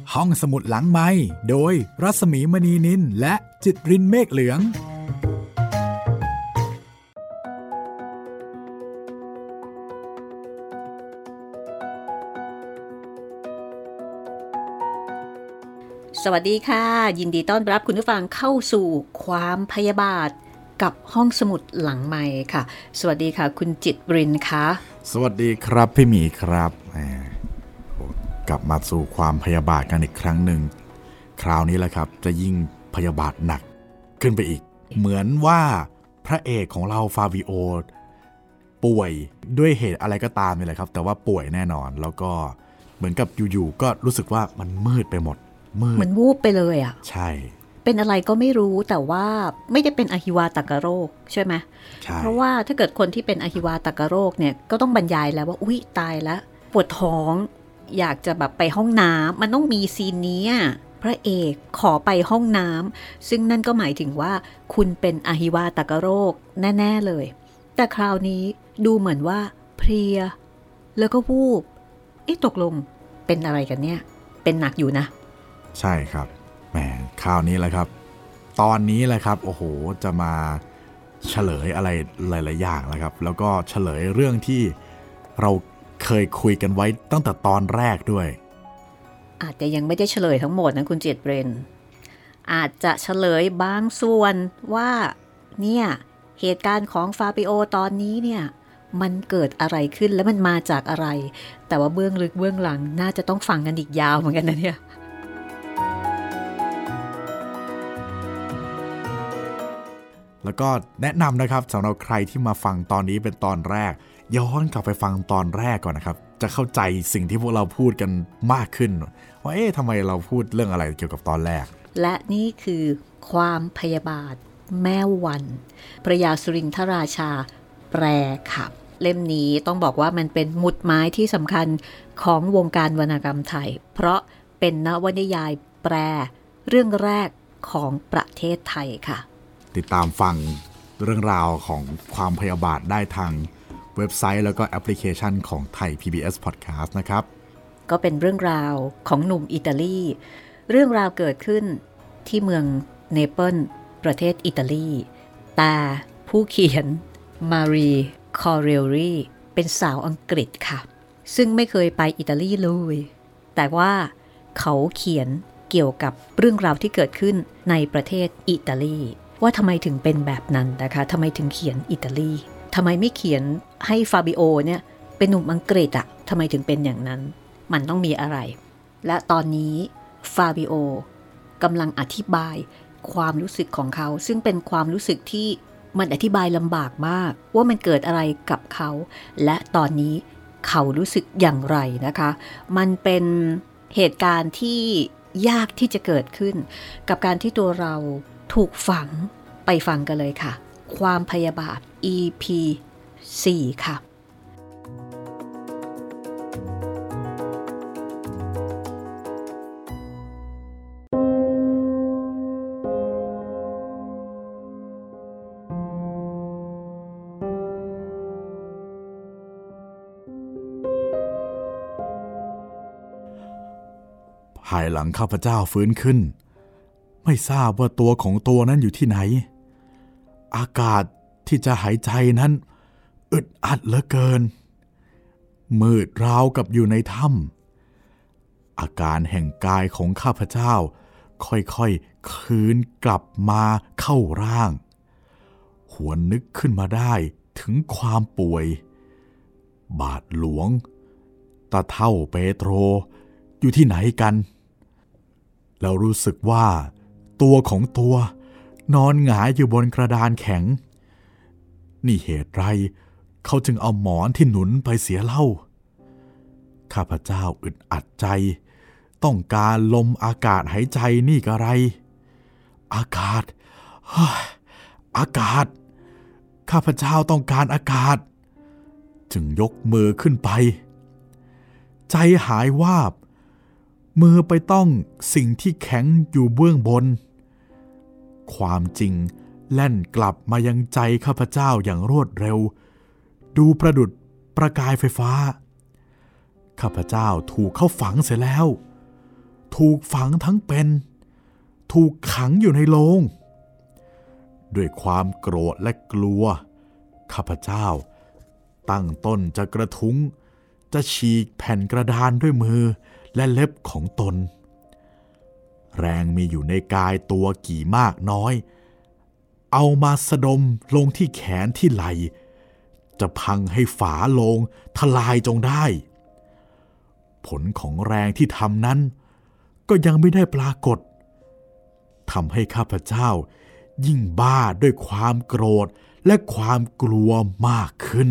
ห้องสมุดหลังไมค์โดยรัศมีมณีนินและจิตรินเมฆเหลืองสวัสดีค่ะยินดีต้อนรับคุณผู้ฟังเข้าสู่ความพยาบาทกับห้องสมุดหลังไมค์ค่ะสวัสดีค่ะคุณจิตรินค่ะสวัสดีครับพี่หมีครับกลับมาสู่ความพยาบาทกันอีกครั้งหนึ่งคราวนี้แหละครับจะยิ่งพยาบาทหนักขึ้นไปอีกเหมือนว่าพระเอกของเราฟาบิโอป่วยด้วยเหตุอะไรก็ตามนี่แหละครับแต่ว่าป่วยแน่นอนแล้วก็เหมือนกับอยู่ๆก็รู้สึกว่ามันมืดไปหมดเหมือนวูบไปเลยอ่ะใช่เป็นอะไรก็ไม่รู้แต่ว่าไม่ได้เป็นอหิวาตกโรคใช่ไหมใช่เพราะว่าถ้าเกิดคนที่เป็นอหิวาตกโรคเนี่ยก็ต้องบรรยายแล้วว่าอุ๊ยตายแล้วปวดท้องอยากจะแบบไปห้องน้ำมันต้องมีซีนนี้พระเอกขอไปห้องน้ำซึ่งนั่นก็หมายถึงว่าคุณเป็นอหิวาตกโรคแน่ๆเลยแต่คราวนี้ดูเหมือนว่าเพลียแล้วก็วูบตกลงเป็นอะไรกันเนี่ยเป็นหนักอยู่นะใช่ครับแหมคราวนี้แหละครับตอนนี้แหละครับโอ้โหจะมาเฉลยอะไรหลายๆอย่างแล้วครับแล้วก็เฉลยเรื่องที่เราเคยคุยกันไว้ตั้งแต่ตอนแรกด้วยอาจจะยังไม่ได้เฉลยทั้งหมดนะคุณเจตเบรนอาจจะเฉลยบางส่วนว่าเนี่ยเหตุการณ์ของฟาบิโอตอนนี้เนี่ยมันเกิดอะไรขึ้นและมันมาจากอะไรแต่ว่าเบื้องลึกเบื้องหลังน่าจะต้องฟังกันอีกยาวเหมือนกันนะเนี่ยแล้วก็แนะนำนะครับสำหรับใครที่มาฟังตอนนี้เป็นตอนแรกย้อนกลับไปฟังตอนแรกก่อนนะครับจะเข้าใจสิ่งที่พวกเราพูดกันมากขึ้นว่าทำไมเราพูดเรื่องอะไรเกี่ยวกับตอนแรกและนี่คือความพยาบาทแม่วันพระยาสุรินทราชาแปลค่ะเล่มนี้ต้องบอกว่ามันเป็นหมุดหมายที่สำคัญของวงการวรรณกรรมไทยเพราะเป็นนวนิยายแปลเรื่องแรกของประเทศไทยค่ะติดตามฟังเรื่องราวของความพยาบาทได้ทางเว็บไซต์แล้วก็แอปพลิเคชันของไทย PBS Podcast นะครับก็เป็นเรื่องราวของหนุ่มอิตาลีเรื่องราวเกิดขึ้นที่เมืองเนเปิลประเทศอิตาลีแต่ผู้เขียนมารีคอเรลลีเป็นสาวอังกฤษค่ะซึ่งไม่เคยไปอิตาลีเลยแต่ว่าเขาเขียนเกี่ยวกับเรื่องราวที่เกิดขึ้นในประเทศอิตาลีว่าทำไมถึงเป็นแบบนั้นนะคะทำไมถึงเขียนอิตาลีทำไมไม่เขียนให้ฟาบิโอเนี่ยเป็นหนุ่มอังกฤษอะทำไมถึงเป็นอย่างนั้นมันต้องมีอะไรและตอนนี้ฟาบิโอกำลังอธิบายความรู้สึกของเขาซึ่งเป็นความรู้สึกที่มันอธิบายลำบากมากว่ามันเกิดอะไรกับเขาและตอนนี้เขารู้สึกอย่างไรนะคะมันเป็นเหตุการณ์ที่ยากที่จะเกิดขึ้นกับการที่ตัวเราถูกฝังไปฟังกันเลยค่ะความพยาบาท EP 4 ค่ะภายหลังข้าพเจ้าฟื้นขึ้นไม่ทราบว่าตัวของตัวนั้นอยู่ที่ไหนอากาศที่จะหายใจนั้นอึดอัดเหลือเกินมืดราวกับอยู่ในถ้ำอาการแห่งกายของข้าพเจ้าค่อยๆคืนกลับมาเข้าร่างหวนนึกขึ้นมาได้ถึงความป่วยบาทหลวงตาเฒ่าเปโตรอยู่ที่ไหนกันแล้วรู้สึกว่าตัวของตัวนอนหงายอยู่บนกระดานแข็งนี่เหตุไรเขาจึงเอาหมอนที่หนุนไปเสียเล่าข้าพเจ้าอึดอัดใจต้องการลมอากาศหายใจนี่กะไรอากาศอากาศข้าพเจ้าต้องการอากาศจึงยกมือขึ้นไปใจหายวาบมือไปต้องสิ่งที่แข็งอยู่เบื้องบนความจริงแล่นกลับมายังใจข้าพเจ้าอย่างรวดเร็วดูประดุจประกายไฟฟ้าข้าพเจ้าถูกเข้าฝังเสียแล้วถถูกฝังทั้งเป็นถูกขังอยู่ในโลงด้วยความโกรธและกลัวข้าพเจ้าตั้งต้นจะกระทุ้งจะฉีกแผ่นกระดานด้วยมือและเล็บของตนแรงมีอยู่ในกายตัวกี่มากน้อยเอามาสะดมลงที่แขนที่ไหล่จะพังให้ฝาโลงทลายจงได้ผลของแรงที่ทำนั้นก็ยังไม่ได้ปรากฏทำให้ข้าพเจ้ายิ่งบ้าด้วยความโกรธและความกลัวมากขึ้น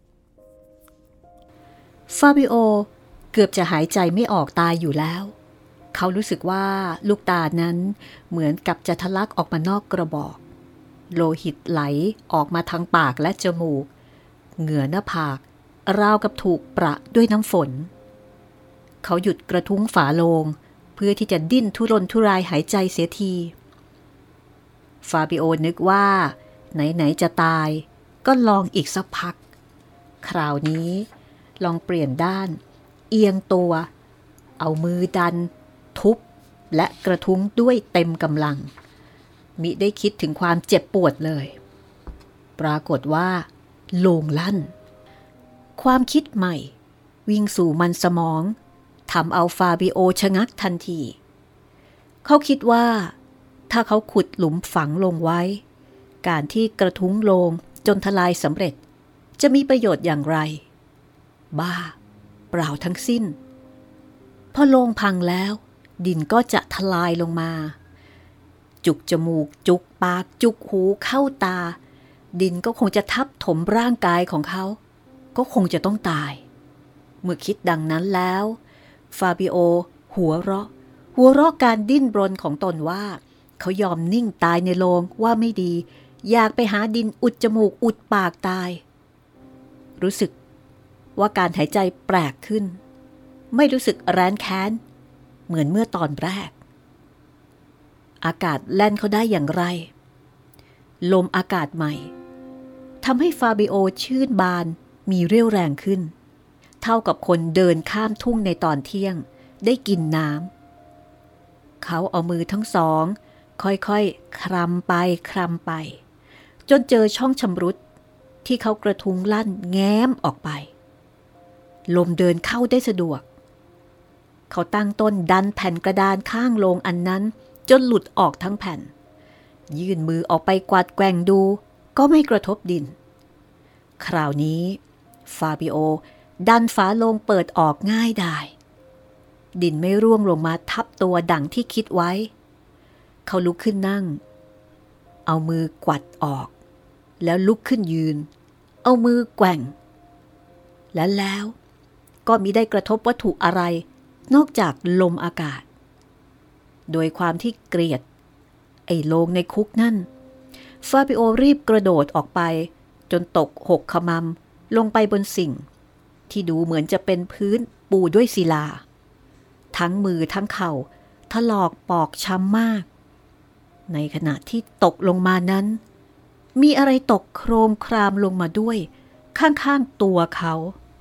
ฟาบิโอเกือบจะหายใจไม่ออกตายอยู่แล้วเขารู้สึกว่าลูกตานั้นเหมือนกับจะทะลักออกมานอกกระบอกโลหิตไหลออกมาทางปากและจมูกเหงื่อหน้าผากราวกับถูกประด้วยน้ำฝนเขาหยุดกระทุ้งฝาโลงเพื่อที่จะดิ้นทุรนทุรายหายใจเสียทีฟาบิโอนึกว่าไหนๆจะตายก็ลองอีกสักพักคราวนี้ลองเปลี่ยนด้านเอียงตัวเอามือดันทุบและกระทุ้งด้วยเต็มกำลังมิได้คิดถึงความเจ็บปวดเลยปรากฏว่าโลงลั่นความคิดใหม่วิ่งสู่มันสมองทำเอาฟาบิโอชะงักทันทีเขาคิดว่าถ้าเขาขุดหลุมฝังลงไว้การที่กระทุ้งโลงจนทลายสำเร็จจะมีประโยชน์อย่างไรบ้าเปล่าทั้งสิ้นพอโลงพังแล้วดินก็จะทลายลงมาจุกจมูกจุกปากจุกหูเข้าตาดินก็คงจะทับถมร่างกายของเขาก็คงจะต้องตายเมื่อคิดดังนั้นแล้วฟาบิโอหัวเราะการดิ้นรนของตนว่าเขายอมนิ่งตายในโลงว่าไม่ดีอยากไปหาดินอุดจมูกอุดปากตายรู้สึกว่าการหายใจแปลกขึ้นไม่รู้สึกแร้นแค้นเหมือนเมื่อตอนแรกอากาศแล่นเขาได้อย่างไรลมอากาศใหม่ทำให้ฟาบิโอชื่นบานมีเรี่ยวแรงขึ้นเท่ากับคนเดินข้ามทุ่งในตอนเที่ยงได้กินน้ำเขาเอามือทั้งสองค่อยๆคลำไปจนเจอช่องชำรุดที่เขากระทุ้งลั่นแง้มออกไปลมเดินเข้าได้สะดวกเขาตั้งต้นดันแผ่นกระดานข้างโลงอันนั้นจนหลุดออกทั้งแผ่นยื่นมือออกไปกวาดแกว่งดูก็ไม่กระทบดินคราวนี้ฟาบิโอดันฝาโลงเปิดออกง่ายดายดินไม่ร่วงลงมาทับตัวดังที่คิดไว้เขาลุกขึ้นนั่งเอามือกวัดออกแล้วลุกขึ้นยืนเอามือแกว่งแล้วก็มิได้กระทบวัตถุอะไรนอกจากลมอากาศโดยความที่เกลียดไอ้โลงในคุกนั่นฟาบิโอรีบกระโดดออกไปจนตกหกขมำลงไปบนสิ่งที่ดูเหมือนจะเป็นพื้นปูด้วยศิลาทั้งมือทั้งเข่าถลอกปอกช้ำมากในขณะที่ตกลงมานั้นมีอะไรตกโครมครามลงมาด้วยข้างๆตัวเขา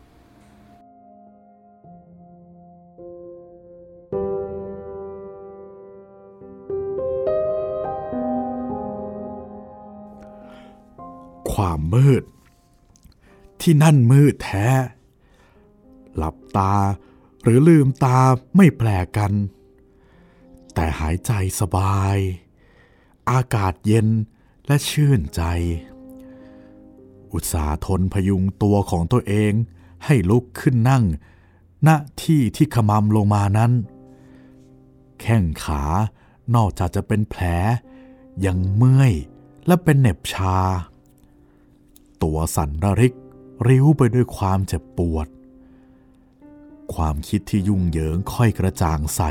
ความมืดที่นั่นมืดแท้หลับตาหรือลืมตาไม่แปลกกันแต่หายใจสบายอากาศเย็นและชื่นใจอุตส่าห์ทนพยุงตัวของตัวเองให้ลุกขึ้นนั่งณที่ที่ขมำลงมานั้นแข้งขานอกจากจะเป็นแผลยังเมื่อยและเป็นเหน็บชาตัวสั่นระริกริ้วไปด้วยความเจ็บปวดความคิดที่ยุ่งเหยิงค่อยกระจ่างใส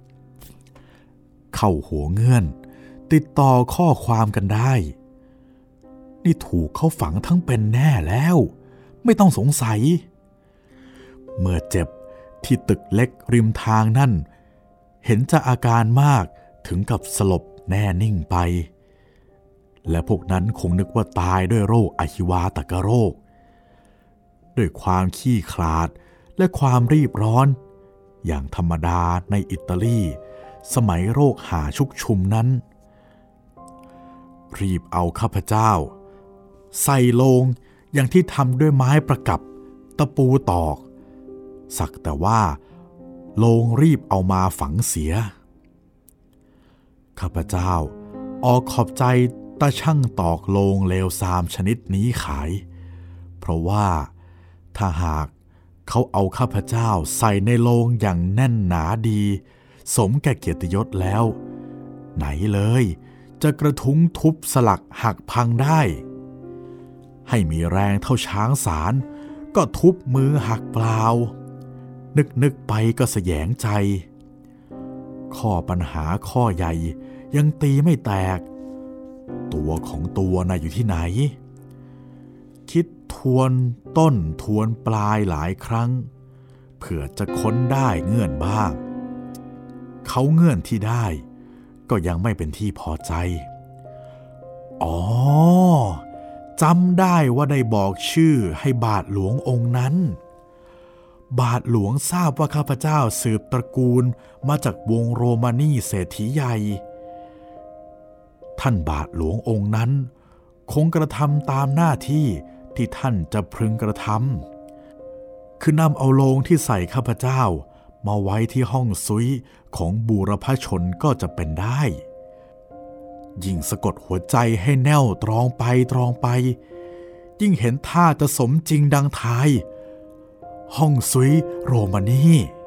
เข้าหัวเงื่อนติดต่อข้อความกันได้นี่ถูกเขาฝังทั้งเป็นแน่แล้วไม่ต้องสงสัยเมื่อเจ็บที่ตึกเล็กริมทางนั่นเห็นจะอาการมากถึงกับสลบแน่นิ่งไปและพวกนั้นคงนึกว่าตายด้วยโรคอหิวาตกโรคด้วยความขี้ขลาดและความรีบร้อนอย่างธรรมดาในอิตาลีสมัยโรคหาชุกชุมนั้นรีบเอาข้าพเจ้าใส่โลงอย่างที่ทำด้วยไม้ประกับตะปูตอกสักแต่ว่าโลงรีบเอามาฝังเสียข้าพเจ้าออกขอบใจตาช่างตอกโลงเลวทรามชนิดนี้ขายเพราะว่าถ้าหากเขาเอาข้าพเจ้าใส่ในโลงอย่างแน่นหนาดีสมแก่เกียรติยศแล้วไหนเลยจะกระทุ้งทุบสลักหักพังได้ให้มีแรงเท่าช้างสารก็ทุบมือหักเปล่านึกไปก็แสยงใจข้อปัญหาข้อใหญ่ยังตีไม่แตกตัวของตัวน่ะอยู่ที่ไหนคิดทวนต้นทวนปลายหลายครั้งเผื่อจะค้นได้เงื่อนบ้างเขาเงื่อนที่ได้ก็ยังไม่เป็นที่พอใจอ๋อจำได้ว่าได้บอกชื่อให้บาทหลวงองค์นั้นบาทหลวงทราบว่าข้าพเจ้าสืบตระกูลมาจากวงโรมานีเศรษฐีใหญ่ท่านบาทหลวงองค์นั้นคงกระทำตามหน้าที่ที่ท่านจะพึงกระทำคือนำเอาโลงที่ใส่ข้าพเจ้ามาไว้ที่ห้องซุยของบูรพชนก็จะเป็นได้ยิ่งสะกดหัวใจให้แน่วตรองไปยิ่งเห็นท่าจะสมจริงดังทายห้องซุยโรมานี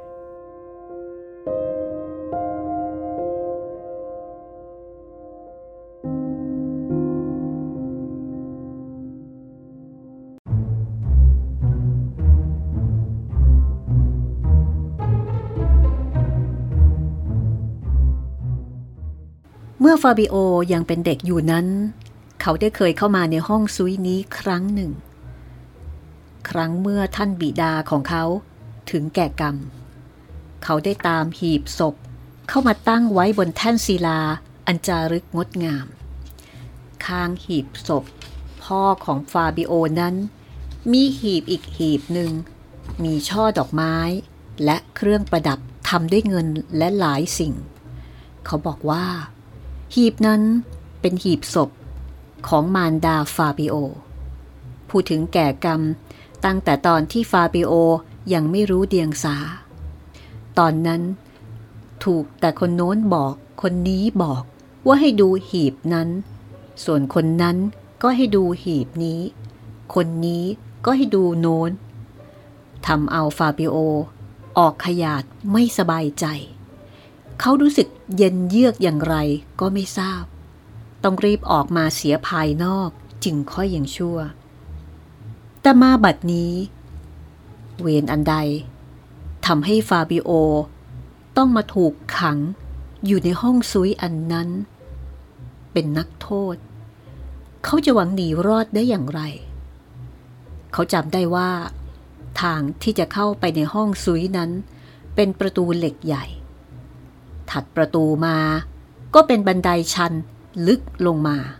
เมื่อฟาบิโอยังเป็นเด็กอยู่นั้นเขาได้เคยเข้ามาในห้องซุยนี้ครั้งหนึ่งครั้งเมื่อท่านบิดาของเขาถึงแก่กรรมเขาได้ตามหีบศพเข้ามาตั้งไว้บนแท่นศิลาอันจารึกงดงามข้างหีบศพพ่อของฟาบิโอนั้นมีหีบอีกหีบหนึ่งมีช่อดอกไม้และเครื่องประดับทำด้วยเงินและหลายสิ่งเขาบอกว่าหีบนั้นเป็นหีบศพของมารดาฟาบิโอผู้ถึงแก่กรรมตั้งแต่ตอนที่ฟาบิโอยังไม่รู้เดียงสาตอนนั้นถูกแต่คนโน้นบอกคนนี้บอกว่าให้ดูหีบนั้นส่วนคนนั้นก็ให้ดูหีบนี้คนนี้ก็ให้ดูโน้นทำเอาฟาบิโอออกขยาดไม่สบายใจเขารู้สึกเย็นเยือกอย่างไรก็ไม่ทราบต้องรีบออกมาเสียภายนอกจึงค่อยยังชั่วแต่มาบัดนี้เวรอันใดทำให้ฟาบิโอต้องมาถูกขังอยู่ในห้องซุยอันนั้นเป็นนักโทษเขาจะหวังหนีรอดได้อย่างไรเขาจำได้ว่าทางที่จะเข้าไปในห้องซุยนั้นเป็นประตูเหล็กใหญ่ถัดประตูมาก็เป็นบันไดชันลึกลง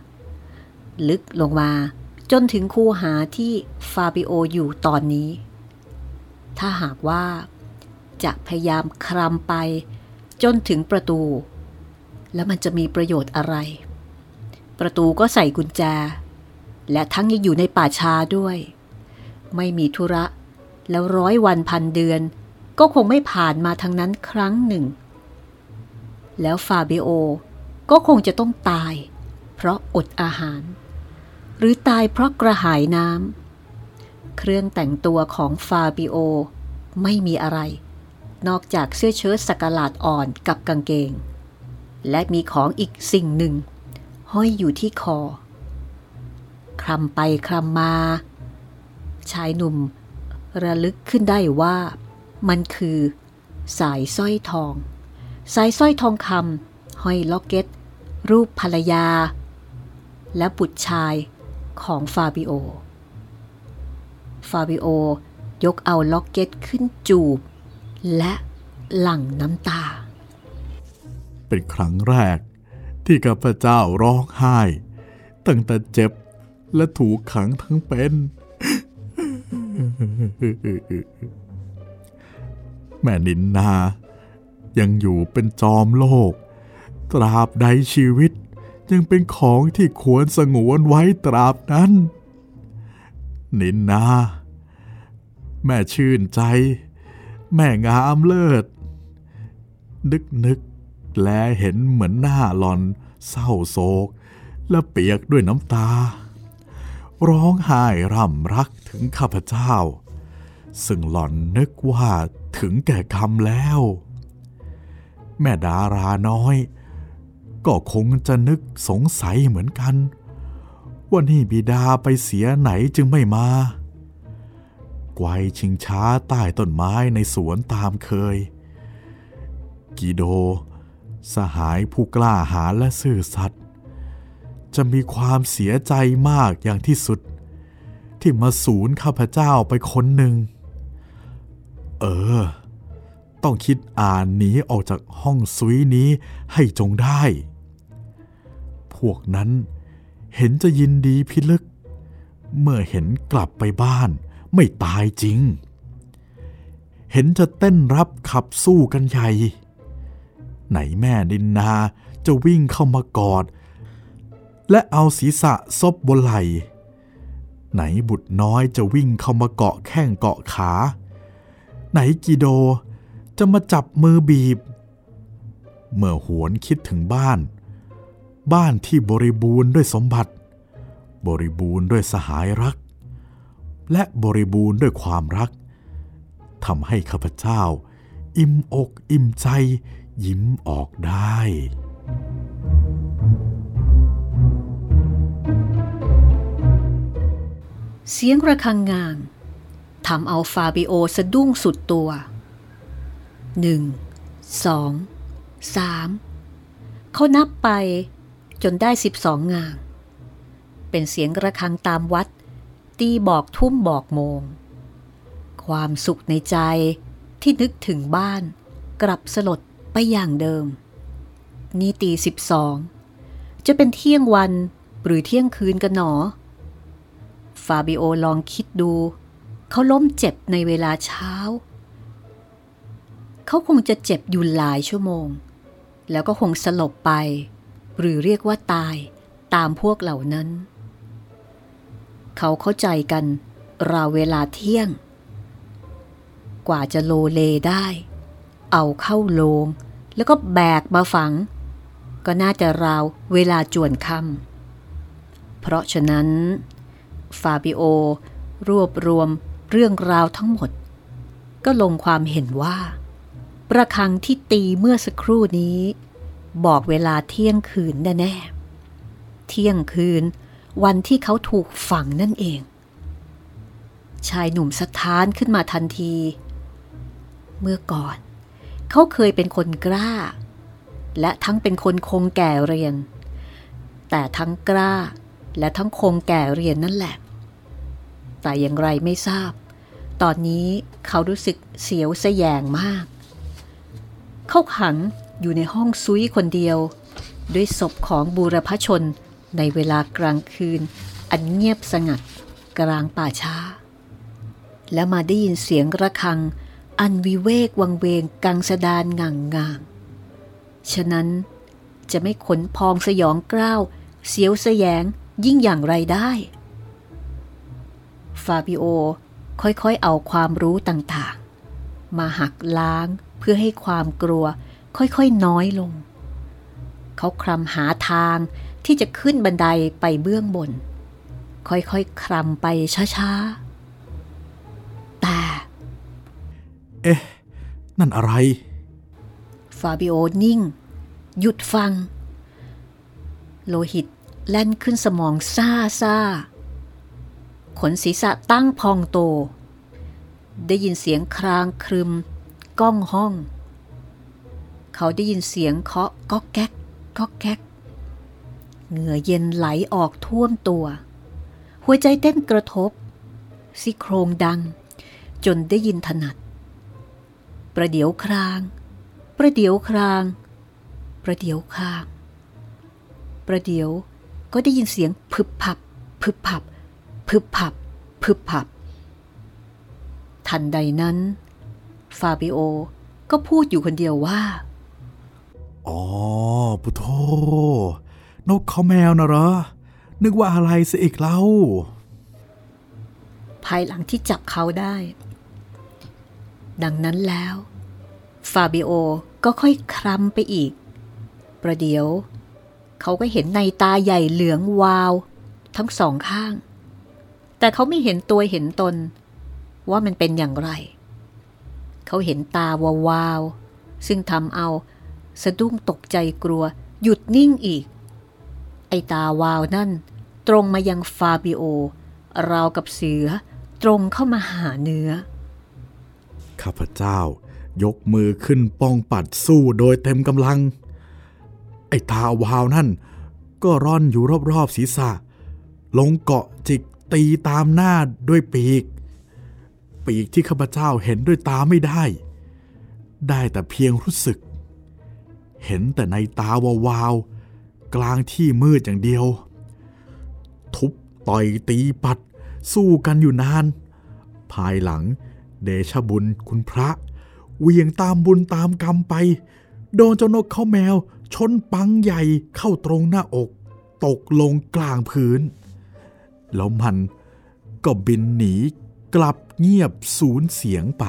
มาจนถึงคูหาที่ฟาบิโออยู่ตอนนี้ถ้าหากว่าจะพยายามคลำไปจนถึงประตูแล้วมันจะมีประโยชน์อะไรประตูก็ใส่กุญแจและทั้งยังอยู่ในป่าช้าด้วยไม่มีธุระแล้ว100 วันพันเดือนก็คงไม่ผ่านมาทางนั้นครั้งหนึ่งแล้วฟาบิโอก็คงจะต้องตายเพราะอดอาหารหรือตายเพราะกระหายน้ำเครื่องแต่งตัวของฟาบิโอไม่มีอะไรนอกจากเสื้อเชิ้ตสักหลาดอ่อนกับกางเกงและมีของอีกสิ่งหนึ่งห้อยอยู่ที่คอคลำไปคลำมาชายหนุ่มระลึกขึ้นได้ว่ามันคือสายสร้อยทองคำห้อยล็อกเก็ตรูปภรรยาและบุตรชายของฟาบิโอยกเอาล็อกเก็ตขึ้นจูบและหลั่งน้ำตาเป็นครั้งแรกที่ข้าพเจ้าร้องไห้ตั้งแต่เจ็บและถูกขังทั้งเป็นแม่นินนายังอยู่เป็นจอมโลกตราบใดชีวิตยังเป็นของที่ควรสงวนไว้ตราบนั้นนินนาแม่ชื่นใจแม่งามเลิศนึกแลเห็นเหมือนหน้าหล่อนเศร้าโศกและเปียกด้วยน้ำตาร้องไห้ร่ำรักถึงข้าพเจ้าซึ่งหล่อนนึกว่าถึงแก่กรรมแล้วแม่ดาราน้อยก็คงจะนึกสงสัยเหมือนกันว่านี่บิดาไปเสียไหนจึงไม่มาไกวชิงช้าใต้ต้นไม้ในสวนตามเคยกิโดสหายผู้กล้าหาญและซื่อสัตย์จะมีความเสียใจมากอย่างที่สุดที่มาสูญข้าพเจ้าไปคนหนึ่งต้องคิดอ่านหนีออกจากห้องซุยนี้ให้จงได้พวกนั้นเห็นจะยินดีพิลึกเมื่อเห็นกลับไปบ้านไม่ตายจริงเห็นจะเต้นรับขับสู้กันใหญ่ไหนแม่นินนาจะวิ่งเข้ามากอดและเอาศีรษะซบบนไหล่ไหนบุตรน้อยจะวิ่งเข้ามาเกาะแข้งเกาะขาไหนกิโดจะมาจับมือบีบเมื่อหวนคิดถึงบ้านที่บริบูรณ์ด้วยสมบัติบริบูรณ์ด้วยสหายรักและบริบูรณ์ด้วยความรักทำให้ข้าพเจ้าอิ่มอกอิ่มใจยิ้มออกได้เสียงระฆังงานทำเอาฟาบิโอสะดุ้งสุดตัว1 2 3เขานับไปจนได้12 งานเป็นเสียงระฆังตามวัดตีบอกทุ่มบอกโมงความสุขในใจที่นึกถึงบ้านกลับสลดไปอย่างเดิมนี่ตี12จะเป็นเที่ยงวันหรือเที่ยงคืนกันหนอฟาบิโอลองคิดดูเขาล้มเจ็บในเวลาเช้าเขาคงจะเจ็บอยู่หลายชั่วโมงแล้วก็คงสลบไปหรือเรียกว่าตายตามพวกเหล่านั้นเขาเข้าใจกันราวเวลาเที่ยงกว่าจะโลเลได้เอาเข้าโลงแล้วก็แบกมาฝังก็น่าจะราวเวลาจวนค่ำเพราะฉะนั้นฟาบิโอรวบรวมเรื่องราวทั้งหมดก็ลงความเห็นว่าระฆังที่ตีเมื่อสักครู่นี้บอกเวลาเที่ยงคืนแน่ๆเที่ยงคืนวันที่เขาถูกฝังนั่นเองชายหนุ่มสะท้านขึ้นมาทันทีเมื่อก่อนเขาเคยเป็นคนกล้าและทั้งเป็นคนคงแก่เรียนแต่ทั้งกล้าและทั้งคงแก่เรียนนั่นแหละแต่อย่างไรไม่ทราบตอนนี้เขารู้สึกเสียวสะแยงมากเขาขังอยู่ในห้องซุยคนเดียวด้วยศพของบูรพชนในเวลากลางคืนอันเงียบสงัดกลางป่าช้าแล้วมาได้ยินเสียงระฆังอันวิเวกวังเวงกังสดานง่างฉะนั้นจะไม่ขนพองสยองกล้าวเสียวสะแยงยิ่งอย่างไรได้ฟาบิโอค่อยๆเอาความรู้ต่างๆมาหักล้างเพื่อให้ความกลัวค่อยๆน้อยลงเขาคลำหาทางที่จะขึ้นบันไดไปเบื้องบนค่อยๆคลำไปช้าๆแต่นั่นอะไรฟาบิโอนิ่งหยุดฟังโลหิตแล่นขึ้นสมองซ่าขนศีรษะตั้งพองโตได้ยินเสียงครางครึมก้องห้องเขาได้ยินเสียงเคาะก๊อกแก๊กก๊อกแก๊กเหงื่อเย็นไหลออกท่วมตัวหัวใจเต้นกระทบซี่โครงดังจนได้ยินถนัดประเดี๋ยวครางประเดี๋ยวครางประเดี๋ยวครางประเดี๋ยวก็ได้ยินเสียงพึบพับพึบพับพึบพับพึบพับทันใดนั้นฟาบิโอก็พูดอยู่คนเดียวว่าอ๋อปุโธนกเขาแมวนะเหรอนึกว่าอะไรซะอีกเล่าภายหลังที่จับเขาได้ดังนั้นแล้วฟาบิโอก็ค่อยคลำไปอีกประเดี๋ยวเขาก็เห็นในตาใหญ่เหลืองวาวทั้งสองข้างแต่เขาไม่เห็นตัวเห็นตนว่ามันเป็นอย่างไรเขาเห็นตาวาวๆซึ่งทำเอาสะดุ้งตกใจกลัวหยุดนิ่งอีกไอ้ตาวาวนั่นตรงมายังฟาบิโอราวกับเสือตรงเข้ามาหาเนื้อข้าพเจ้ายกมือขึ้นป้องปัดสู้โดยเต็มกำลังไอ้ตาวาวนั่นก็ร่อนอยู่รอบๆศีรษะลงเกาะจิกตีตามหน้าด้วยปีกที่ข้าพเจ้าเห็นด้วยตาไม่ได้แต่เพียงรู้สึกเห็นแต่ในตาวาวๆกลางที่มืดอย่างเดียวทุบต่อยตีปัดสู้กันอยู่นานภายหลังเดชะบุญคุณพระเวียงตามบุญตามกรรมไปโดนเจ้านกเขาแมวชนปังใหญ่เข้าตรงหน้าอกตกลงกลางพื้นแล้วมันก็บินหนีกลับเงียบสูญเสียงไป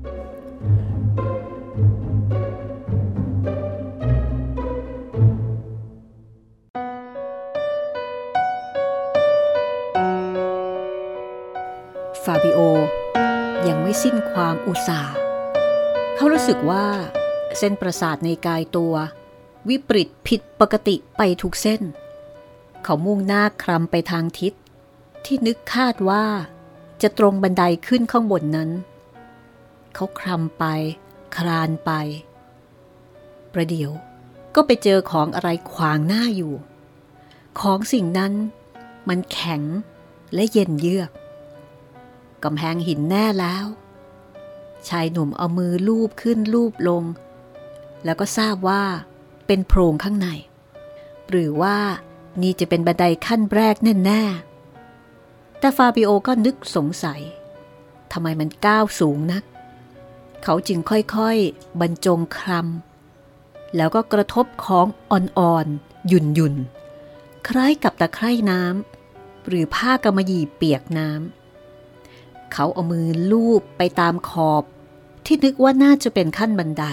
ฟาบิโอยังไม่สิ้นความอุตสาห์เขารู้สึกว่าเส้นประสาทในกายตัววิปริตผิดปกติไปทุกเส้นเขามุ่งหน้าคลำไปทางทิศที่นึกคาดว่าจะตรงบันไดขึ้นข้างบนนั้นเขาคลำไปคลานไปประเดี๋ยวก็ไปเจอของอะไรขวางหน้าอยู่ของสิ่งนั้นมันแข็งและเย็นเยือกกำแพงหินแน่แล้วชายหนุ่มเอามือลูบขึ้นลูบลงแล้วก็ทราบว่าเป็นโพรงข้างในหรือว่านี่จะเป็นบันไดขั้นแรกแน่ๆแต่ฟาบิโอก็นึกสงสัยทำไมมันก้าวสูงนักเขาจึงค่อยๆบรรจงคลำแล้วก็กระทบของอ่อนๆหยุ่นๆคล้ายกับตะไคร่น้ำหรือผ้ากำมะหยี่เปียกน้ำเขาเอามือลูบไปตามขอบที่นึกว่าน่าจะเป็นขั้นบันได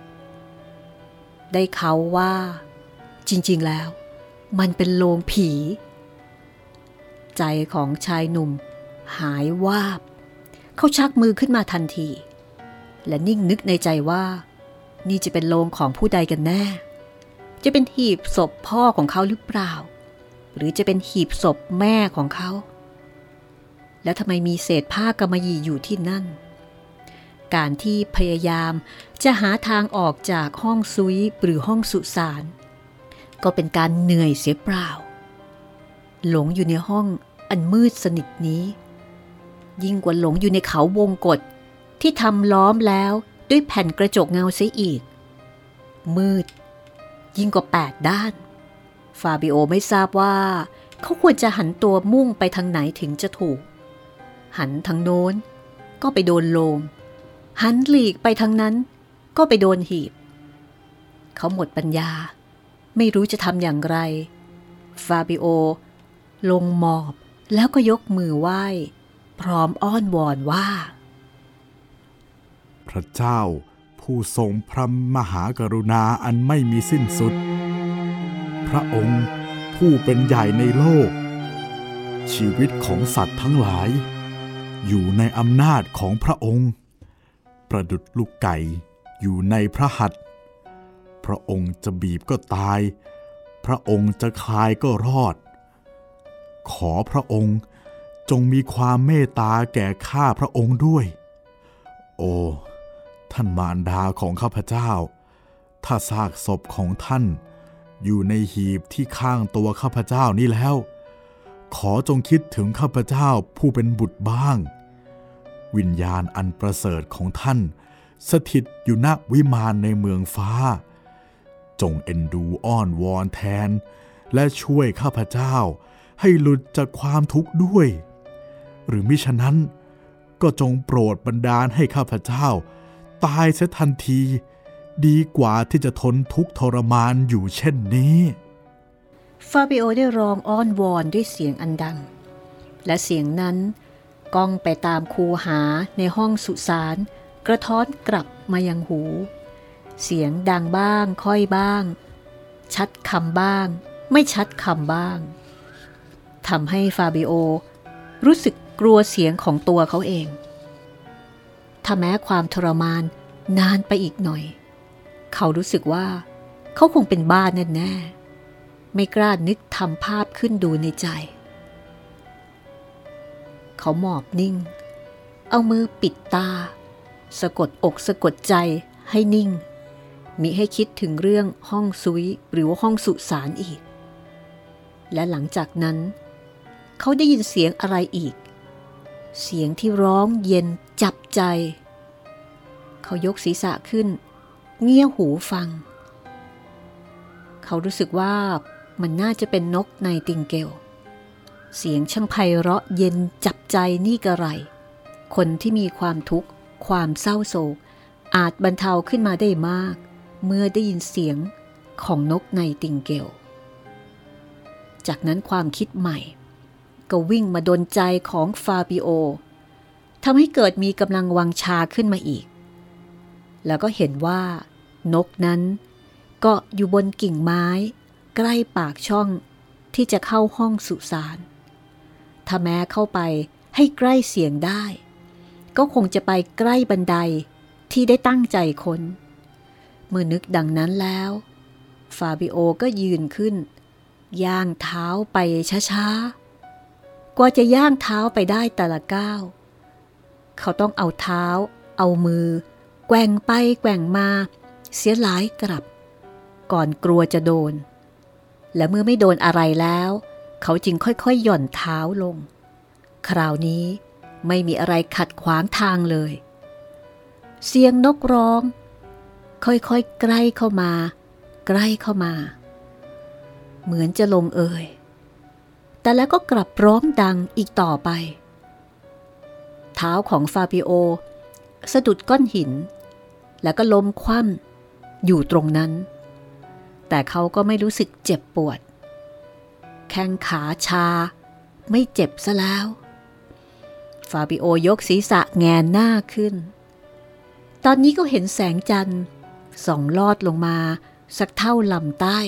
ได้เขาว่าจริงๆแล้วมันเป็นโลงผีใจของชายหนุ่มหายวาบเขาชักมือขึ้นมาทันทีและนิ่งนึกในใจว่านี่จะเป็นโลงของผู้ใดกันแน่จะเป็นหีบศพพ่อของเขาหรือเปล่าหรือจะเป็นหีบศพแม่ของเขาแล้วทำไมมีเศษผ้ากำมะหยี่อยู่ที่นั่นการที่พยายามจะหาทางออกจากห้องซุยหรือห้องสุสานก็เป็นการเหนื่อยเสียเปล่าหลงอยู่ในห้องอันมืดสนิทนี้ยิ่งกว่าหลงอยู่ในเขาวงกฏที่ทำล้อมแล้วด้วยแผ่นกระจกเงาเสียอีกมืดยิ่งกว่า8 ด้านฟาบิโอไม่ทราบว่าเขาควรจะหันตัวมุ่งไปทางไหนถึงจะถูกหันทางโน้นก็ไปโดนโลงหันหลีกไปทางนั้นก็ไปโดนหีบเขาหมดปัญญาไม่รู้จะทำอย่างไรฟาบิโอลงหมอบแล้วก็ยกมือไหว้พร้อมอ้อนวอนว่าพระเจ้าผู้ทรงพระมหากรุณาอันไม่มีสิ้นสุดพระองค์ผู้เป็นใหญ่ในโลกชีวิตของสัตว์ทั้งหลายอยู่ในอำนาจของพระองค์ประดุจลูกไก่อยู่ในพระหัตถ์พระองค์จะบีบก็ตายพระองค์จะคลายก็รอดขอพระองค์จงมีความเมตตาแก่ข้าพระองค์ด้วยโอ้ท่านมารดาของข้าพเจ้าถ้าซากศพของท่านอยู่ในหีบที่ข้างตัวข้าพเจ้านี้แล้วขอจงคิดถึงข้าพเจ้าผู้เป็นบุตรบ้างวิญญาณอันประเสริฐของท่านสถิตอยู่ณวิมานในเมืองฟ้าจงเอ็นดูอ้อนวอนแทนและช่วยข้าพเจ้าให้หลุดจากความทุกข์ด้วยหรือมิฉะนั้นก็จงโปรดบันดาลให้ข้าพเจ้าตายเสียทันทีดีกว่าที่จะทนทุกข์ทรมานอยู่เช่นนี้ฟาบิโอได้ร้องอ้อนวอนด้วยเสียงอันดังและเสียงนั้นก้องไปตามคูหาในห้องสุสานกระท้อนกลับมายังหูเสียงดังบ้างค่อยบ้างชัดคำบ้างไม่ชัดคำบ้างทำให้ฟาบิโอรู้สึกกลัวเสียงของตัวเขาเองถ้าแม้ความทรมานนานไปอีกหน่อยเขารู้สึกว่าเขาคงเป็นบ้าแน่ๆไม่กล้านึกทำภาพขึ้นดูในใจเขาหมอบนิ่งเอามือปิดตาสะกดอกสะกดใจให้นิ่งมิให้คิดถึงเรื่องห้องซุยหรือว่าห้องสุสานอีกและหลังจากนั้นเขาได้ยินเสียงอะไรอีกเสียงที่ร้องเย็นจับใจเขายกศีรษะขึ้นเงี่ยหูฟังเขารู้สึกว่ามันน่าจะเป็นนกไนติงเกลเสียงช่างไพเราะเย็นจับใจนี่กระไรคนที่มีความทุกข์ความเศร้าโศกอาจบรรเทาขึ้นมาได้มากเมื่อได้ยินเสียงของนกไนติงเกลจากนั้นความคิดใหม่ก็วิ่งมาดลใจของฟาบิโอทำให้เกิดมีกำลังวังชาขึ้นมาอีกแล้วก็เห็นว่านกนั้นเกาะอยู่บนกิ่งไม้ใกล้ปากช่องที่จะเข้าห้องสุสานถ้าแม้เข้าไปให้ใกล้เสียงได้ก็คงจะไปใกล้บันไดที่ได้ตั้งใจค้นเมื่อนึกดังนั้นแล้วฟาบิโอก็ยืนขึ้นย่างเท้าไปช้าๆกว่าจะย่างเท้าไปได้แต่ละก้าวเขาต้องเอาเท้าเอามือแกว่งไปแกว่งมาเสียหลายกลับก่อนกลัวจะโดนและเมื่อไม่โดนอะไรแล้วเขาจึงค่อยๆหย่อนเท้าลงคราวนี้ไม่มีอะไรขัดขวางทางเลยเสียงนกร้องค่อยๆใกล้เข้ามาใกล้เข้ามาเหมือนจะลงเอยแต่แล้วก็กลับร้องดังอีกต่อไปเท้าของฟาบิโอสะดุดก้อนหินแล้วก็ล้มคว่ำอยู่ตรงนั้นแต่เขาก็ไม่รู้สึกเจ็บปวดแข้งขาชาไม่เจ็บซะแล้วฟาบิโอยกศีรษะแงนหน้าขึ้นตอนนี้ก็เห็นแสงจันทร์ส่องลอดลงมาสักเท่าลำใต้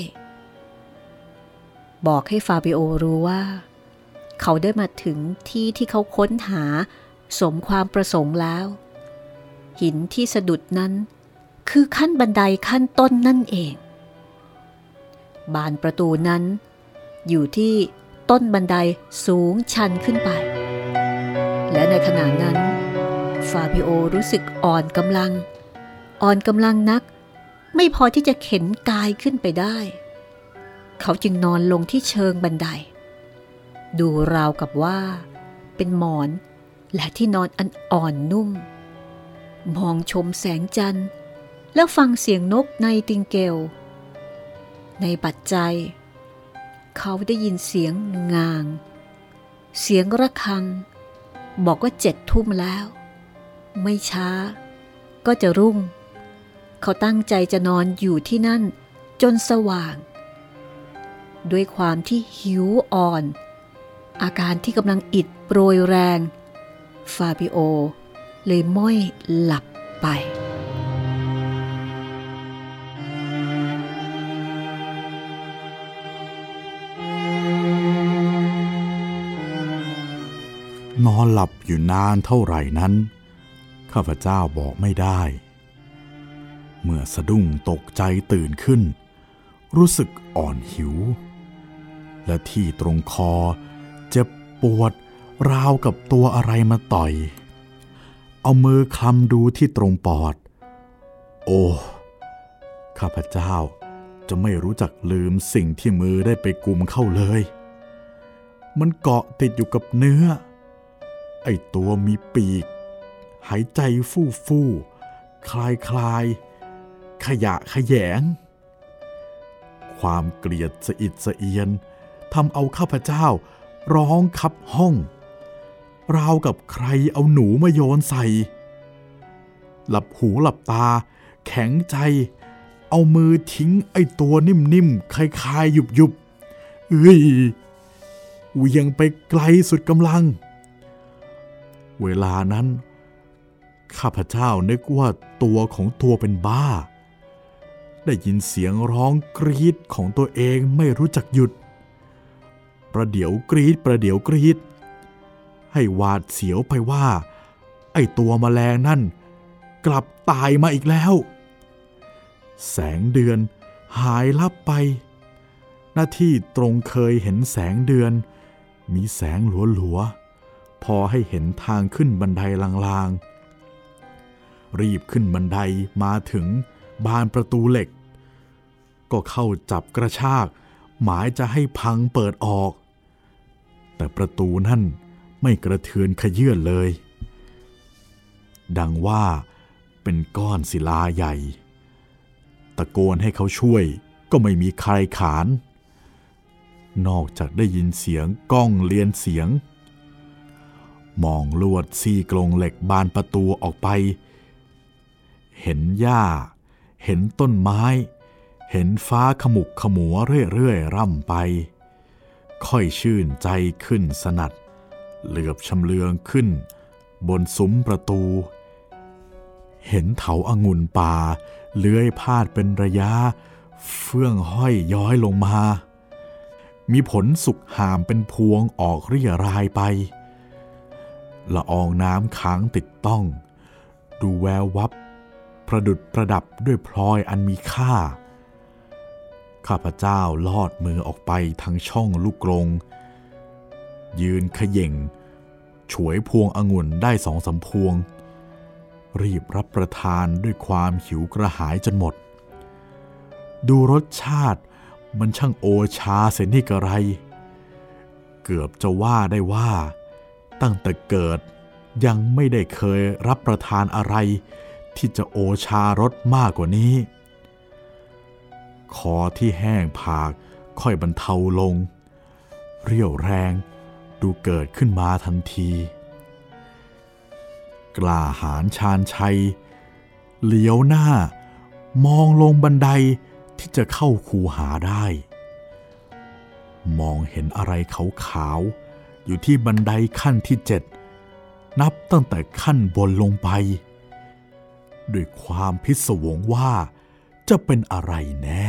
บอกให้ฟาบิโอรู้ว่าเขาได้มาถึงที่ที่เขาค้นหาสมความประสงค์แล้วหินที่สะดุดนั้นคือขั้นบันไดขั้นต้นนั่นเองบานประตูนั้นอยู่ที่ต้นบันไดสูงชันขึ้นไปและในขณะนั้นฟาบิโอรู้สึกอ่อนกำลังนักไม่พอที่จะเข็นกายขึ้นไปได้เขาจึงนอนลงที่เชิงบันไดดูราวกับว่าเป็นหมอนและที่นอนอันอ่อนนุ่มมองชมแสงจันทร์แล้วฟังเสียงนกไนติงเกลในบัดใจเขาได้ยินเสียงงางเสียงระฆังบอกว่า7 ทุ่มแล้วไม่ช้าก็จะรุ่งเขาตั้งใจจะนอนอยู่ที่นั่นจนสว่างด้วยความที่หิวอ่อนอาการที่กำลังอิดโรยแรงฟาบิโอเลยม้อยหลับไปนอนหลับอยู่นานเท่าไหร่นั้นข้าพเจ้าบอกไม่ได้เมื่อสะดุ้งตกใจตื่นขึ้นรู้สึกอ่อนหิวและที่ตรงคอเจ็บปวดราวกับตัวอะไรมาต่อยเอามือคลำดูที่ตรงปอดโอ้ข้าพเจ้าจะไม่รู้จักลืมสิ่งที่มือได้ไปกุมเข้าเลยมันเกาะติดอยู่กับเนื้อไอ้ตัวมีปีกหายใจฟู่ๆคลายขยะขยงความเกลียดสะอิดสะเอียนทำเอาข้าพเจ้าร้องคับห้องราวกับใครเอาหนูมาโยนใส่หลับหูหลับตาแข็งใจเอามือทิ้งไอ้ตัวนิ่มๆคลายๆยุบๆเหวี่ยงไปไกลสุดกำลังเวลานั้นข้าพเจ้านึกว่าตัวของตัวเป็นบ้าได้ยินเสียงร้องกรีดของตัวเองไม่รู้จักหยุดประเดี๋ยวกรีดประเดี๋ยวกรีดให้หวาดเสียวไปว่าไอ้ตัวแมลงนั่นกลับตายมาอีกแล้วแสงเดือนหายลับไปหน้าที่ตรงเคยเห็นแสงเดือนมีแสงหลัวๆพอให้เห็นทางขึ้นบันไดลางๆรีบขึ้นบันไดมาถึงบานประตูเหล็กก็เข้าจับกระชากหมายจะให้พังเปิดออกแต่ประตูนั่นไม่กระเทือนขยื่นเลยดังว่าเป็นก้อนศิลาใหญ่ตะโกนให้เขาช่วยก็ไม่มีใครขานนอกจากได้ยินเสียงก้องเลียนเสียงมองลวดซี่กรงเหล็กบานประตูออกไปเห็นหญ้าเห็นต้นไม้เห็นฟ้าขมุกขมัวเรื่อยๆร่ำไปค่อยชื่นใจขึ้นสนัดเหลือบชำเลืองขึ้นบนซุ้มประตูเห็นเถาองุ่นป่าเลื้อยพาดเป็นระยะเฟื่องห้อยย้อยลงมามีผลสุกหามเป็นพวงออกเรี่ยรายไปละอองน้ำค้างติดต้องดูแวววับประดุจประดับด้วยพลอยอันมีค่าข้าพเจ้าลอดมือออกไปทางช่องลูกกรงยืนเขย่งฉวยพวงองุ่นได้2-3 พวงรีบรับประทานด้วยความหิวกระหายจนหมดดูรสชาติมันช่างโอชาเสียนี่กระไรเกือบจะว่าได้ว่าตั้งแต่เกิดยังไม่ได้เคยรับประทานอะไรที่จะโอชารสมากกว่านี้คอที่แห้งผากค่อยบรรเทาลงเรี่ยวแรงดูเกิดขึ้นมาทันทีกล้าหาญชาญชัยเหลียวหน้ามองลงบันไดที่จะเข้าคูหาได้มองเห็นอะไรขาวๆอยู่ที่บันไดขั้นที่7นับตั้งแต่ขั้นบนลงไปด้วยความพิศวงว่าจะเป็นอะไรแน่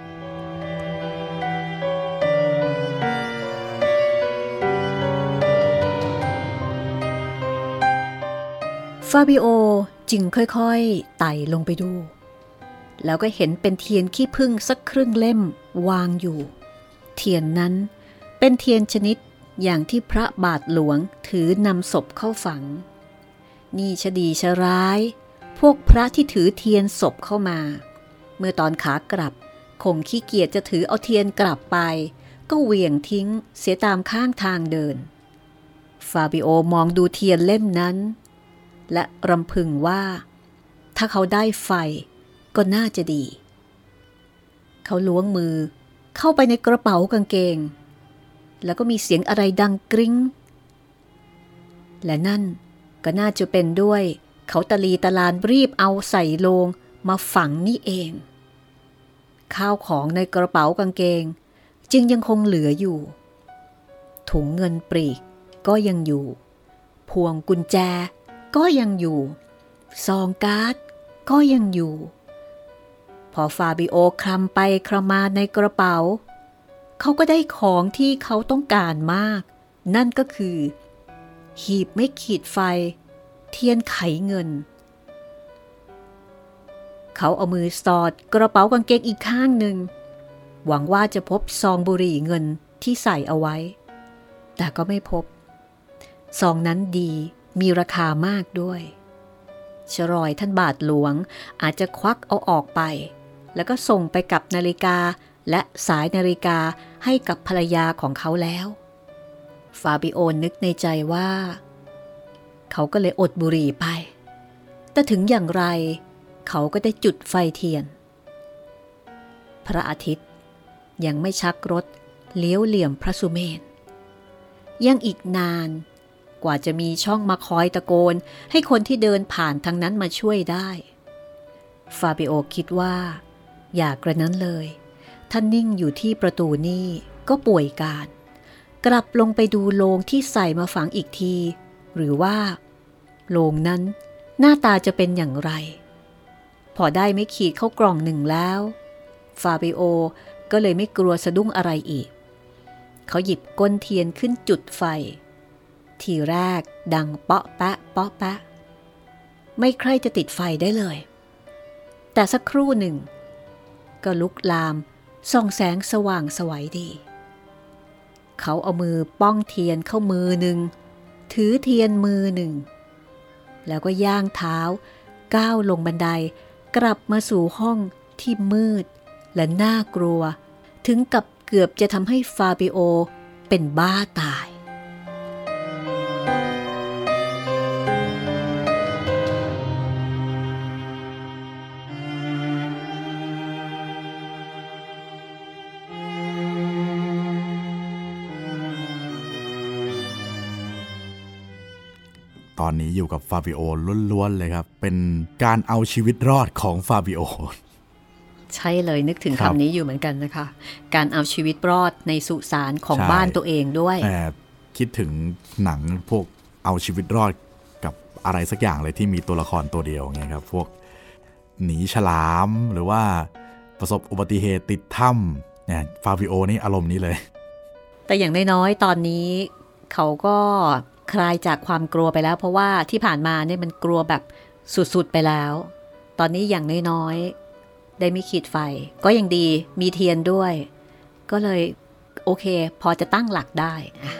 ฟาบิโอจึงค่อยๆไต่ลงไปดูแล้วก็เห็นเป็นเทียนขี้ผึ้งสักครึ่งเล่มวางอยู่เทียนนั้นเป็นเทียนชนิดอย่างที่พระบาทหลวงถือนำศพเข้าฝังนี่ชดีชร้ายพวกพระที่ถือเทียนศพเข้ามาเมื่อตอนขากลับคงขี้เกียจจะถือเอาเทียนกลับไปก็เหวี่ยงทิ้งเสียตามข้างทางเดินฟาบิโอมองดูเทียนเล่มนั้นและรำพึงว่าถ้าเขาได้ไฟก็น่าจะดีเขาล้วงมือเข้าไปในกระเป๋ากางเกงแล้วก็มีเสียงอะไรดังกริ๊งและนั่นก็น่าจะเป็นด้วยเขาตะลีตะลานรีบเอาใส่โลงมาฝังนี่เองข้าวของในกระเป๋ากางเกงจึงยังคงเหลืออยู่ถุงเงินปลีกก็ยังอยู่พวงกุญแจก็ยังอยู่ซองการ์ดก็ยังอยู่พอฟาบิโอคลำไปคลำมาในกระเป๋าเขาก็ได้ของที่เขาต้องการมากนั่นก็คือหีบไม่ขีดไฟเทียนไขเงินเขาเอามือสอดกระเป๋ากางเกงอีกข้างหนึ่งหวังว่าจะพบซองบุหรี่เงินที่ใส่เอาไว้แต่ก็ไม่พบซองนั้นดีมีราคามากด้วยชรอยท่านบาทหลวงอาจจะควักเอาออกไปแล้วก็ส่งไปกับนาฬิกาและสายนาฬิกาให้กับภรรยาของเขาแล้วฟาบิโอนึกในใจว่าเขาก็เลยอดบุหรี่ไปแต่ถึงอย่างไรเขาก็ได้จุดไฟเทียนพระอาทิตย์ยังไม่ชักรถเลี้ยวเหลี่ยมพระสุเมรุยังอีกนานกว่าจะมีช่องมาคอยตะโกนให้คนที่เดินผ่านทางนั้นมาช่วยได้ฟาบิโอคิดว่าอย่ากระนั้นเลยท่านนิ่งอยู่ที่ประตูนี่ก็ป่วยการกลับลงไปดูโลงที่ใส่มาฝังอีกทีหรือว่าโลงนั้นหน้าตาจะเป็นอย่างไรพอได้ไม่ขีดเข้ากล่องหนึ่งแล้วฟาบิโอก็เลยไม่กลัวสะดุ้งอะไรอีกเขาหยิบก้นเทียนขึ้นจุดไฟทีแรกดังเปาะแปะเปาะแปะไม่ใครจะติดไฟได้เลยแต่สักครู่หนึ่งก็ลุกลามส่องแสงสว่างไสวดีเขาเอามือป้องเทียนเข้ามือหนึ่งถือเทียนมือหนึ่งแล้วก็ย่างเท้าก้าวลงบันไดกลับมาสู่ห้องที่มืดและน่ากลัวถึงกับเกือบจะทำให้ฟาบิโอเป็นบ้าตายตอนนี้อยู่กับฟาบิโอล้วนๆเลยครับเป็นการเอาชีวิตรอดของฟาบิโอใช่เลยนึกถึงคำนี้อยู่เหมือนกันนะคะการเอาชีวิตรอดในสุสานของบ้านตัวเองด้วยคิดถึงหนังพวกเอาชีวิตรอดกับอะไรสักอย่างเลยที่มีตัวละครตัวเดียวไงครับพวกหนีฉลามหรือว่าประสบอุบัติเหตุติดถ้ำเนี่ยฟาบิโอนี่อารมณ์นี้เลยแต่อย่างน้อยๆตอนนี้เขาก็คลายจากความกลัวไปแล้วเพราะว่าที่ผ่านมาเนี่ยมันกลัวแบบสุดๆไปแล้วตอนนี้อย่างน้อยๆได้ไม่ขีดไฟก็ยังดีมีเทียนด้วยก็เลยโอเคพอจะตั้งหลักได้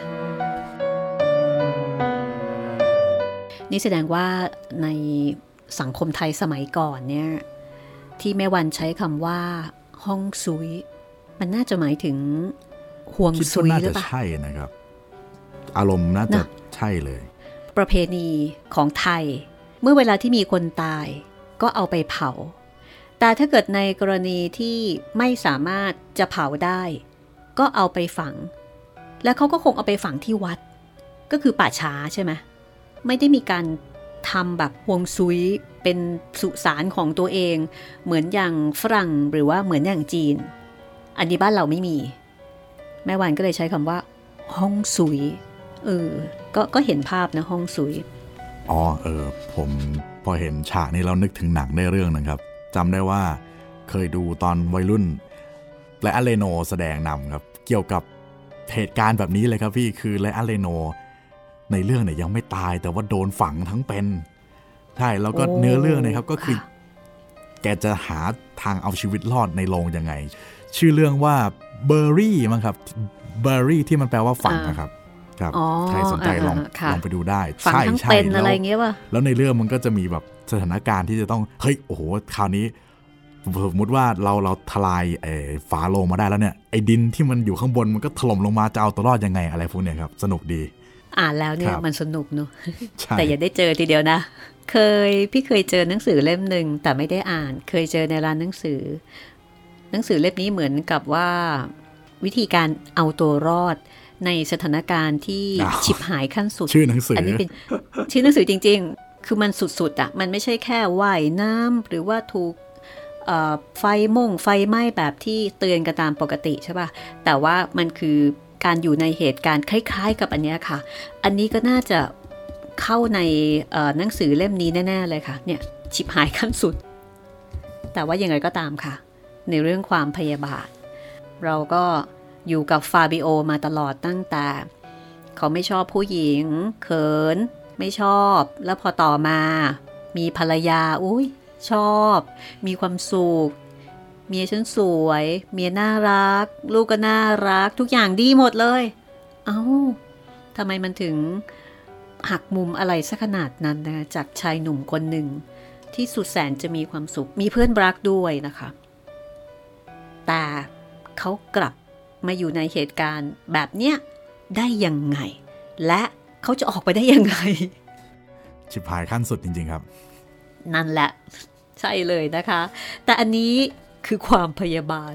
นี่แสดงว่าในสังคมไทยสมัยก่อนเนี่ยที่แม่วันใช้คำว่าห้องซุยมันน่าจะหมายถึงห่วงซุยหรือเปล่าใช่นะครับอารมณ์น่าจะใช่เลยประเพณีของไทยเมื่อเวลาที่มีคนตายก็เอาไปเผาแต่ถ้าเกิดในกรณีที่ไม่สามารถจะเผาได้ก็เอาไปฝังและเขาก็คงเอาไปฝังที่วัดก็คือป่าช้าใช่ไหมไม่ได้มีการทำแบบฮวงซุยเป็นสุสานของตัวเองเหมือนอย่างฝรั่งหรือว่าเหมือนอย่างจีนอันนี้บ้านเราไม่มีแม่วันก็เลยใช้คำว่าห้องซุยก็เห็นภาพนะห้องซุยผมพอเห็นฉากนี้เรานึกถึงหนังได้เรื่องนึงครับจำได้ว่าเคยดูตอนวัยรุ่นและอาเลโนแสดงนำครับเกี่ยวกับเหตุการณ์แบบนี้เลยครับพี่คือและอาเลโนในเรื่องเนี่ยยังไม่ตายแต่ว่าโดนฝังทั้งเป็นใช่แล้วก็เนื้อเรื่องนะครับก็คือแกจะหาทางเอาชีวิตรอดในโรงยังไงชื่อเรื่องว่าเบอร์รี่มั้งครับเบอร์รี่ที่มันแปลว่าฝังนะครับครับใครสนใจลองไปดูได้ใช่ใช่แล้วในเรื่องมันก็จะมีแบบสถานการณ์ที่จะต้องเฮ้ยโอ้โหคราวนี้สมมติว่าเราทลายฝาโลงมาได้แล้วเนี่ยไอ้ดินที่มันอยู่ข้างบนมันก็ถล่มลงมาจะเอาตัวรอดยังไงอะไรพวกเนี้ยครับสนุกดีอ่านแล้วเนี่ยมันสนุกเนอะแต่อย่าได้เจอทีเดียวนะพี่เคยเจอหนังสือเล่มหนึ่งแต่ไม่ได้อ่านเคยเจอในร้านหนังสือเล่มนี้เหมือนกับว่าวิธีการเอาตัวรอดในสถานการณ์ที่ฉิบหายขั้นสุดชื่อหนังสืออันนี้เป็นชื่อหนังสือจริงๆคือมันสุดๆอ่ะมันไม่ใช่แค่ว่ายน้ำหรือว่าถูกไฟไหม้แบบที่เตือนกันตามปกติใช่ป่ะแต่ว่ามันคือการอยู่ในเหตุการณ์คล้ายๆกับอันนี้ค่ะอันนี้ก็น่าจะเข้าในหนังสือเล่มนี้แน่ๆเลยค่ะเนี่ยฉิบหายขั้นสุดแต่ว่ายังไงก็ตามค่ะในเรื่องความพยาบาทเราก็อยู่กับฟาบิโอมาตลอดตั้งแต่เขาไม่ชอบผู้หญิงเขินไม่ชอบแล้วพอต่อมามีภรรยาอุ้ยชอบมีความสุขเมียฉันสวยเมียน่ารักลูกก็น่ารักทุกอย่างดีหมดเลยทำไมมันถึงหักมุมอะไรสักขนาดนั้นนะจากชายหนุ่มคนหนึ่งที่สุดแสนจะมีความสุขมีเพื่อนรักด้วยนะคะแต่เขากลับมาอยู่ในเหตุการณ์แบบเนี้ยได้ยังไงและเขาจะออกไปได้ยังไงชิบหายขั้นสุดจริงๆครับนั่นแหละใช่เลยนะคะแต่อันนี้คือความพยาบาท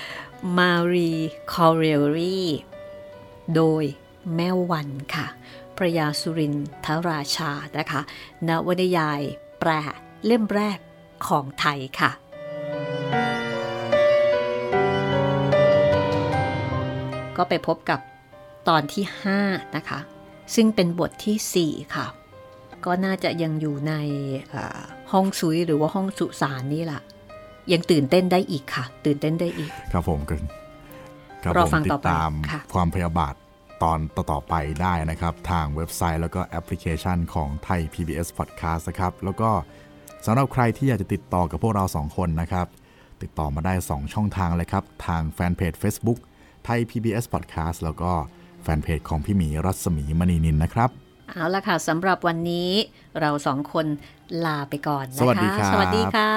มารีคอเรลลี่โดยแม่วันค่ะพระยาสุรินทราชานะคะนวนิยายแปลเล่มแรกของไทยค่ะก็ไปพบกับตอนที่5นะคะซึ่งเป็นบทที่4ค่ะก็น่าจะยังอยู่ในห้องซุยหรือว่าห้องสุสานนี่แหละยังตื่นเต้นได้อีกค่ะตื่นเต้นได้อีกครับผมกันรอฟังต่อไปติดตามความพยาบาทตอนต่อๆไปได้นะครับทางเว็บไซต์แล้วก็แอปพลิเคชันของไทย PBS Podcast นะครับแล้วก็สำหรับใครที่อยากจะติดต่อกับพวกเรา2คนนะครับติดต่อมาได้2ช่องทางเลยครับทางแฟนเพจ Facebook ไทย PBS Podcast แล้วก็แฟนเพจของพี่หมีรัศมีมณีนินนะครับเอาละค่ะสำหรับวันนี้เรา2คนลาไปก่อนนะคะสวัสดีครับสวัสดีค่ะ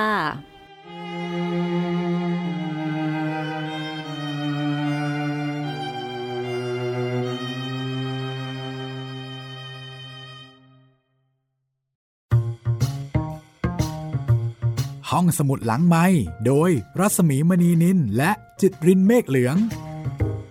ห้องสมุดหลังไมค์โดยรัศมีมณีนินและจิตรินเมฆเหลือง